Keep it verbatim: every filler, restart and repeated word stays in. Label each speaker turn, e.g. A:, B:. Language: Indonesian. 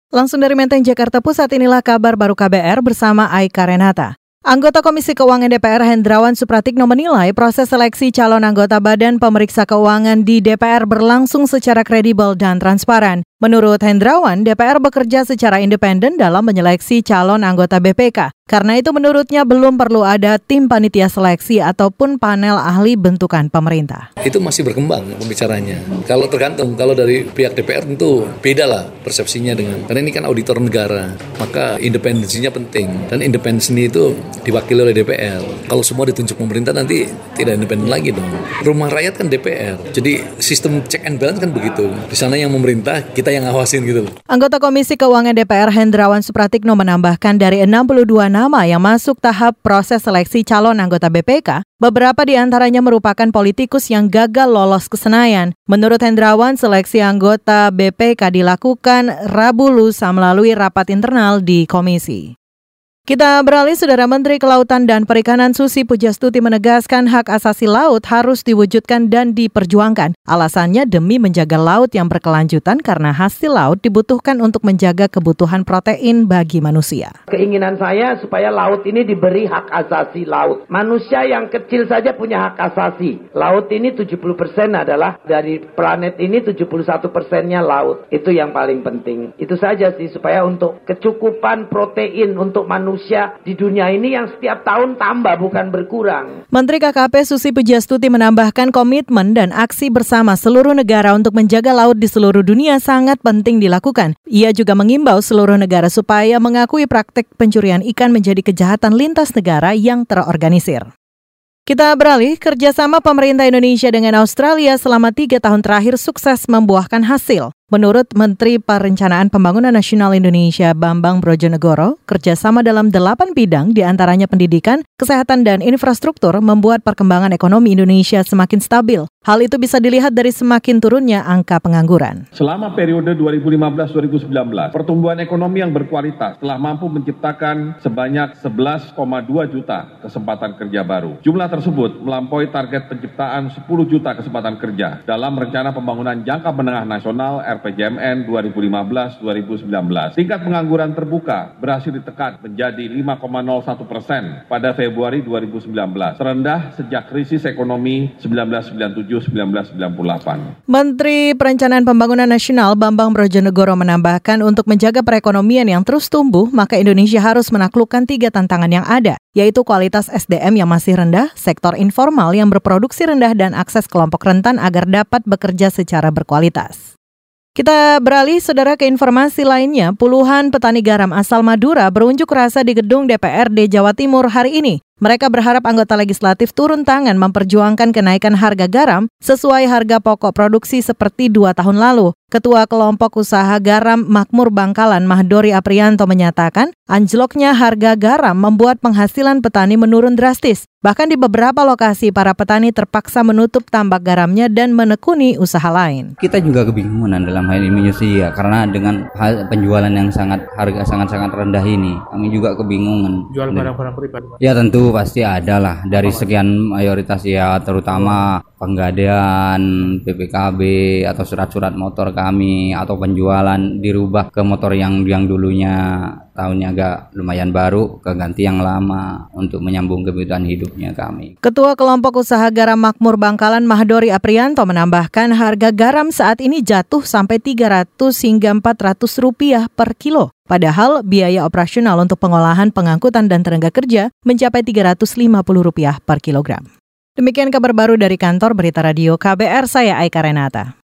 A: Langsung dari Menteng, Jakarta Pusat, inilah kabar baru K B R bersama Aika Renata. Anggota Komisi Keuangan D P R Hendrawan Supratikno menilai proses seleksi calon anggota Badan Pemeriksa Keuangan di D P R berlangsung secara kredibel dan transparan. Menurut Hendrawan, D P R bekerja secara independen dalam menyeleksi calon anggota B P K. Karena itu menurutnya belum perlu ada tim panitia seleksi ataupun panel ahli bentukan pemerintah.
B: Itu masih berkembang pembicaranya. Kalau tergantung, kalau dari pihak D P R tentu beda lah persepsinya dengan, karena ini kan auditor negara, maka independensinya penting. Dan independensi itu diwakili oleh D P R. Kalau semua ditunjuk pemerintah nanti tidak independen lagi dong. Rumah rakyat kan D P R. Jadi sistem check and balance kan begitu. Di sana yang memerintah, kita yang ngawasin gitu loh.
A: Anggota Komisi Keuangan D P R Hendrawan Supratikno menambahkan dari enam puluh dua nama yang masuk tahap proses seleksi calon anggota B P K, beberapa di antaranya merupakan politikus yang gagal lolos ke Senayan. Menurut Hendrawan, seleksi anggota B P K dilakukan Rabu lusa melalui rapat internal di komisi. Kita beralih, Saudara Menteri Kelautan dan Perikanan Susi Pujastuti menegaskan hak asasi laut harus diwujudkan dan diperjuangkan. Alasannya demi menjaga laut yang berkelanjutan karena hasil laut dibutuhkan untuk menjaga kebutuhan protein bagi manusia.
C: Keinginan saya supaya laut ini diberi hak asasi laut. Manusia yang kecil saja punya hak asasi. Laut ini tujuh puluh persen adalah dari planet ini, tujuh puluh satu persennya laut. Itu yang paling penting. Itu saja sih, supaya untuk kecukupan protein untuk manusia di dunia ini yang setiap tahun tambah bukan berkurang.
A: Menteri K K P Susi Pujastuti menambahkan komitmen dan aksi bersama seluruh negara untuk menjaga laut di seluruh dunia sangat penting dilakukan. Ia juga mengimbau seluruh negara supaya mengakui praktek pencurian ikan menjadi kejahatan lintas negara yang terorganisir. Kita beralih, kerjasama pemerintah Indonesia dengan Australia selama tiga tahun terakhir sukses membuahkan hasil. Menurut Menteri Perencanaan Pembangunan Nasional Indonesia Bambang Brojonegoro, kerjasama dalam delapan bidang diantaranya pendidikan, kesehatan, dan infrastruktur membuat perkembangan ekonomi Indonesia semakin stabil. Hal itu bisa dilihat dari semakin turunnya angka pengangguran.
D: Selama periode dua ribu lima belas sampai dua ribu sembilan belas, pertumbuhan ekonomi yang berkualitas telah mampu menciptakan sebanyak sebelas koma dua juta kesempatan kerja baru. Jumlah tersebut melampaui target penciptaan sepuluh juta kesempatan kerja dalam Rencana Pembangunan Jangka Menengah Nasional R P J M N dua ribu lima belas sampai dua ribu sembilan belas. Tingkat pengangguran terbuka berhasil ditekan menjadi lima koma nol satu persen pada Februari dua ribu sembilan belas, terendah sejak krisis ekonomi seribu sembilan ratus sembilan puluh tujuh sampai seribu sembilan ratus sembilan puluh delapan.
A: Menteri Perencanaan Pembangunan Nasional Bambang Brojonegoro menambahkan untuk menjaga perekonomian yang terus tumbuh, maka Indonesia harus menaklukkan tiga tantangan yang ada, yaitu kualitas S D M yang masih rendah, sektor informal yang berproduksi rendah, dan akses kelompok rentan agar dapat bekerja secara berkualitas. Kita beralih, Saudara, ke informasi lainnya. Puluhan petani garam asal Madura berunjuk rasa di gedung D P R D Jawa Timur hari ini. Mereka berharap anggota legislatif turun tangan memperjuangkan kenaikan harga garam sesuai harga pokok produksi seperti dua tahun lalu. Ketua Kelompok Usaha Garam Makmur Bangkalan Mahdori Aprianto menyatakan anjloknya harga garam membuat penghasilan petani menurun drastis. Bahkan di beberapa lokasi para petani terpaksa menutup tambak garamnya dan menekuni usaha lain.
E: Kita juga kebingungan dalam hal ini ya, karena dengan hal penjualan yang sangat harga sangat-sangat rendah ini, kami juga kebingungan.
F: Jual barang-barang pribadi.
E: Ya tentu pasti ada lah dari sekian mayoritas ya, terutama penggadaian P P K B atau surat-surat motor kami atau penjualan dirubah ke motor yang yang dulunya tahunnya agak lumayan baru ke ganti yang lama untuk menyambung kebutuhan hidupnya kami.
A: Ketua Kelompok Usaha Garam Makmur Bangkalan Mahdori Aprianto menambahkan harga garam saat ini jatuh sampai tiga ratus hingga empat ratus rupiah per kilo. Padahal biaya operasional untuk pengolahan, pengangkutan, dan tenaga kerja mencapai tiga ratus lima puluh rupiah per kilogram. Demikian kabar baru dari kantor Berita Radio K B R, saya Aika Renata.